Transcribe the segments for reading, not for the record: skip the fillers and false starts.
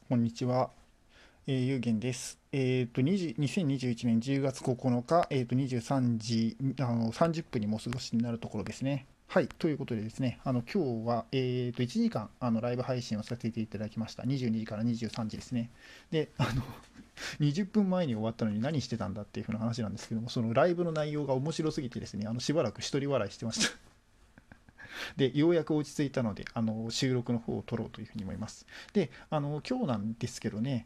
こんにちは、ゆうげんです。2021年10月9日、23時30分にもう過ごしになるところですね。はい、ということでですね、今日は、1時間ライブ配信をさせていただきました。22時から23時ですね。で、20分前に終わったのに何してたんだっていう風な話なんですけども、そのライブの内容が面白すぎてですね、しばらく一人笑いしてました。で、ようやく落ち着いたので、収録の方を撮ろうというふうに思います。で、今日なんですけどね、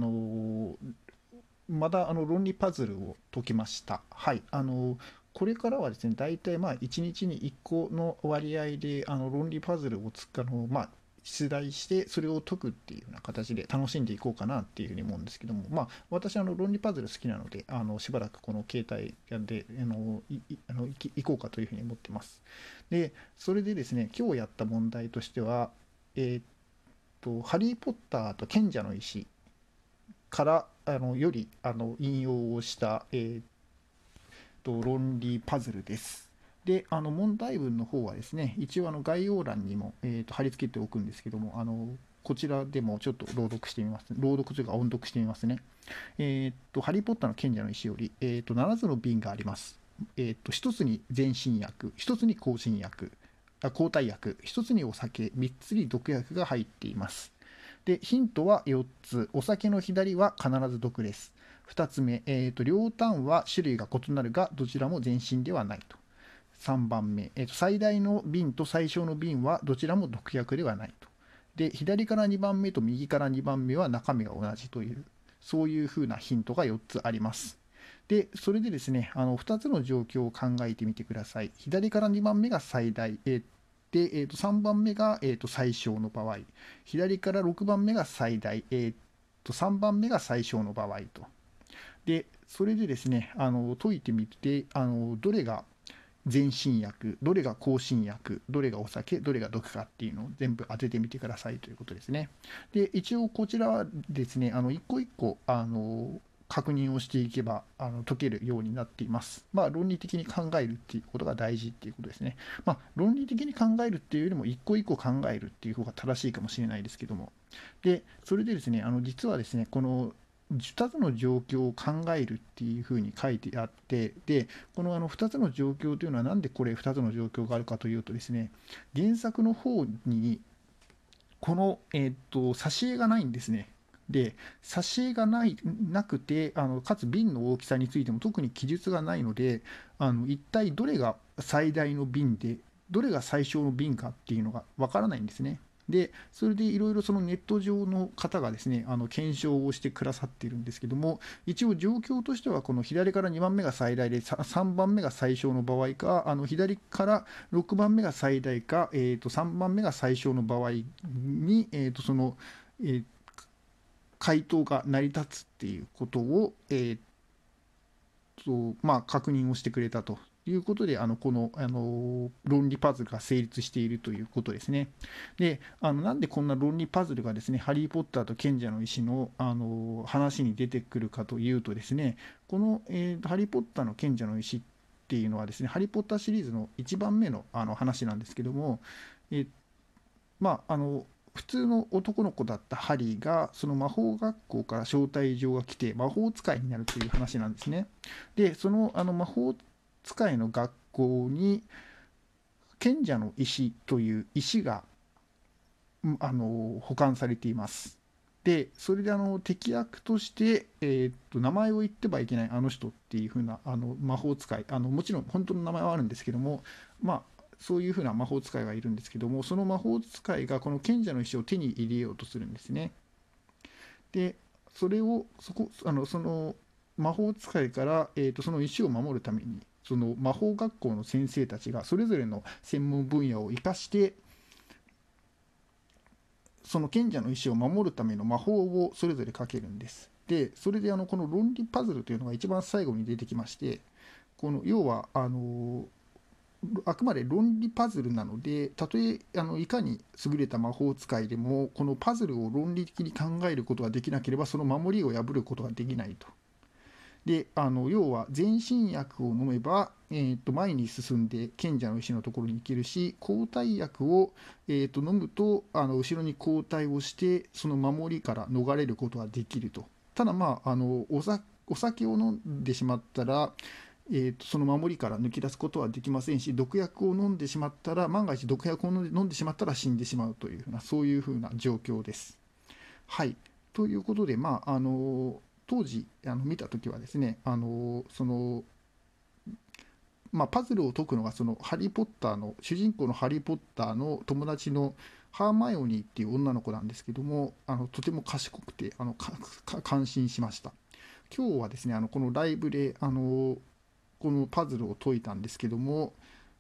まだ論理パズルを解きました。はい。これからはですね、大体まあ1日に1個の割合で論理パズルを出題して、それを解くっていうような形で楽しんでいこうかなっていうふうに思うんですけども、まあ、私論理パズル好きなので、しばらくこの携帯でいこうかというふうに思ってます。で、それでですね、今日やった問題としては、ハリー・ポッターと賢者の石からより引用をした、論理パズルです。で、問題文の方はですね、一応概要欄にも、貼り付けておくんですけども、こちらでもちょっと朗読してみます。朗読というか音読してみますね。ハリー・ポッターの賢者の石より、7つの瓶があります。1つに全身薬、1つに抗菌薬、抗体薬、1つにお酒、3つに毒薬が入っています。で、ヒントは4つ。お酒の左は必ず毒です。2つ目、両端は種類が異なるが、どちらも全身ではないと。3番目、最大の瓶と最小の瓶はどちらも毒薬ではないと。で、左から2番目と右から2番目は中身が同じという、そういうふうなヒントが4つあります。で、それでですね、2つの状況を考えてみてください。左から2番目が最大、で、3番目が、最小の場合、左から6番目が最大、3番目が最小の場合と。で、それでですね、解いてみて、どれが全身薬、どれが抗菌薬、どれがお酒、どれが毒かっていうのを全部当ててみてくださいということですね。で、一応こちらはですね、一個一個、確認をしていけば解けるようになっています。まあ、論理的に考えるっていうことが大事っていうことですね。まあ、論理的に考えるっていうよりも、一個一個考えるっていう方が正しいかもしれないですけども。で、それでですね、実はですね、この2つの状況を考えるっていうふうに書いてあって、で、この2つの状況というのは、なんでこれ2つの状況があるかというとですね、原作の方に、この、挿絵がないんですね。で、挿絵がなくて、かつ瓶の大きさについても特に記述がないので、一体どれが最大の瓶で、どれが最小の瓶かっていうのがわからないんですね。で、それでいろいろそのネット上の方がですね、検証をしてくださっているんですけども、一応状況としては、この左から2番目が最大で、3番目が最小の場合か、左から6番目が最大か、3番目が最小の場合に、えー回答が成り立つっていうことを、まあ、確認をしてくれたということで、この、論理パズルが成立しているということですね。で、なんでこんな論理パズルがですね、ハリー・ポッターと賢者の石の、話に出てくるかというとですね、この、ハリー・ポッターの賢者の石っていうのはですね、ハリー・ポッターシリーズの1番目の、話なんですけども、えまあ、普通の男の子だったハリーがその魔法学校から招待状が来て魔法使いになるという話なんですね。で、その魔法使いの学校に賢者の石という石が保管されています。で、それで敵役として、名前を言ってはいけないあの人っていう風な魔法使い、もちろん本当の名前はあるんですけども、まあ、そういう風な魔法使いがいるんですけども、その魔法使いがこの賢者の石を手に入れようとするんですね。で、それを、その魔法使いから、その石を守るために、その魔法学校の先生たちがそれぞれの専門分野を生かして、その賢者の石を守るための魔法をそれぞれかけるんです。で、それでこの論理パズルというのが一番最後に出てきまして、この要はあくまで論理パズルなので、たとえいかに優れた魔法使いでも、このパズルを論理的に考えることができなければ、その守りを破ることができないと。 で要は全身薬を飲めば、前に進んで賢者の石のところに行けるし、抗体薬を、飲むと後ろに後退をしてその守りから逃れることができると。ただお酒を飲んでしまったら、その守りから抜き出すことはできませんし、毒薬を飲んでしまったら、万が一毒薬を飲んでしまったら死んでしまうというふうな、そういうふうな状況です。はい。ということで、当時見たときはですね、パズルを解くのがそのハリー・ポッターの主人公のハリー・ポッターの友達のハーマイオニーっていう女の子なんですけども、とても賢くて感心しました。今日はですね、このライブでこのパズルを解いたんですけども、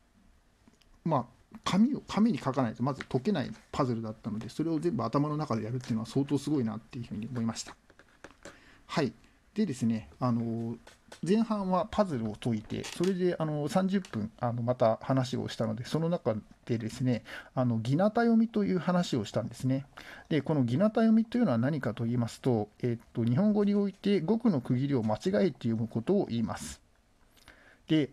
紙に書かないとまず解けないパズルだったので、それを全部頭の中でやるっていうのは相当すごいなっていうふうに思いました。はい。でですね、前半はパズルを解いて、それで30分また話をしたので、その中でですね、ギナタ読みという話をしたんですね。で、このギナタ読みというのは何かと言いますと、日本語において語句の区切りを間違えて読むことを言います。で、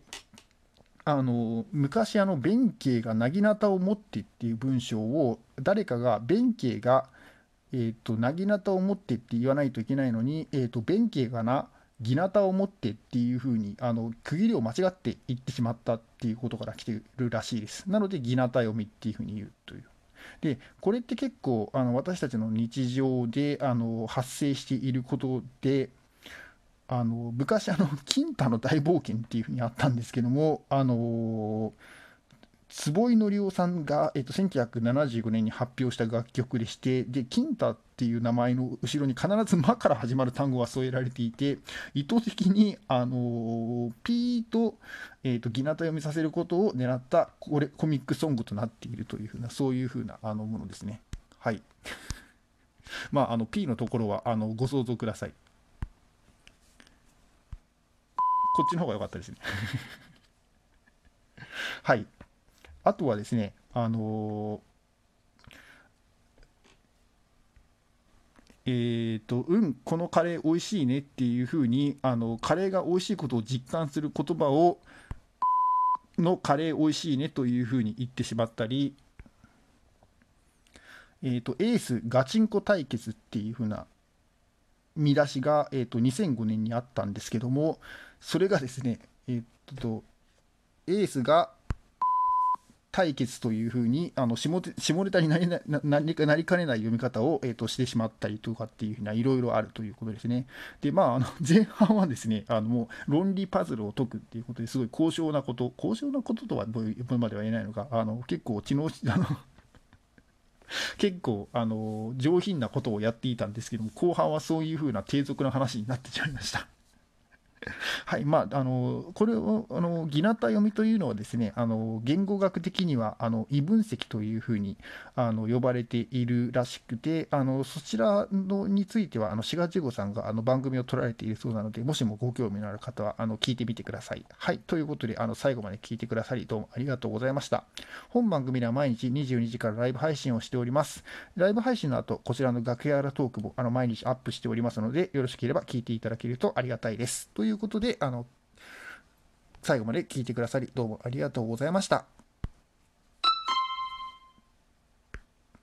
昔弁慶が薙刀を持ってっていう文章を誰かが弁慶が薙刀を持ってって言わないといけないのに、弁慶が義刀を持ってっていうふうに区切りを間違って言ってしまったっていうことから来てるらしいです。なので義刀読みっていうふうに言うという。でこれって結構私たちの日常で発生していることで、昔金太の大冒険っていうふうにあったんですけども、坪井紀夫さんが、1975年に発表した楽曲でして、で金太っていう名前の後ろに必ず「ま」から始まる単語が添えられていて、意図的に、ピーと、ギナタ読みさせることを狙ったコミックソングとなっているというふうな、そういうふうなものですね。はい。P のところはご想像ください。こっちの方が良かったですね。はい。あとはですね、このカレー美味しいねっていうふうに、カレーが美味しいことを実感する言葉を、カレー美味しいねというふうに言ってしまったり、エースガチンコ対決っていうふうな見出しが、2005年にあったんですけども、それがですね、エースが対決というふうに下ネタになりかねない読み方を、してしまったりとかっていうふうないろいろあるということですね。で前半はですねもう論理パズルを解くっていうことですごい高尚なこととはどういうまでは言えないのか、結構結構上品なことをやっていたんですけども、後半はそういうふうな低俗な話になってしまいました。はい、これをギナタ読みというのはですね、言語学的には異分析というふうに呼ばれているらしくて、そちらのについては志賀千吾さんが番組を取られているそうなので、もしもご興味のある方は聞いてみてください。はい、ということで最後まで聞いてくださりどうもありがとうございました。本番組では毎日22時からライブ配信をしております。ライブ配信の後、こちらの楽屋裏トークも毎日アップしておりますので、よろしければ聞いていただけるとありがたいです。ということで、最後まで聞いてくださりどうもありがとうございました。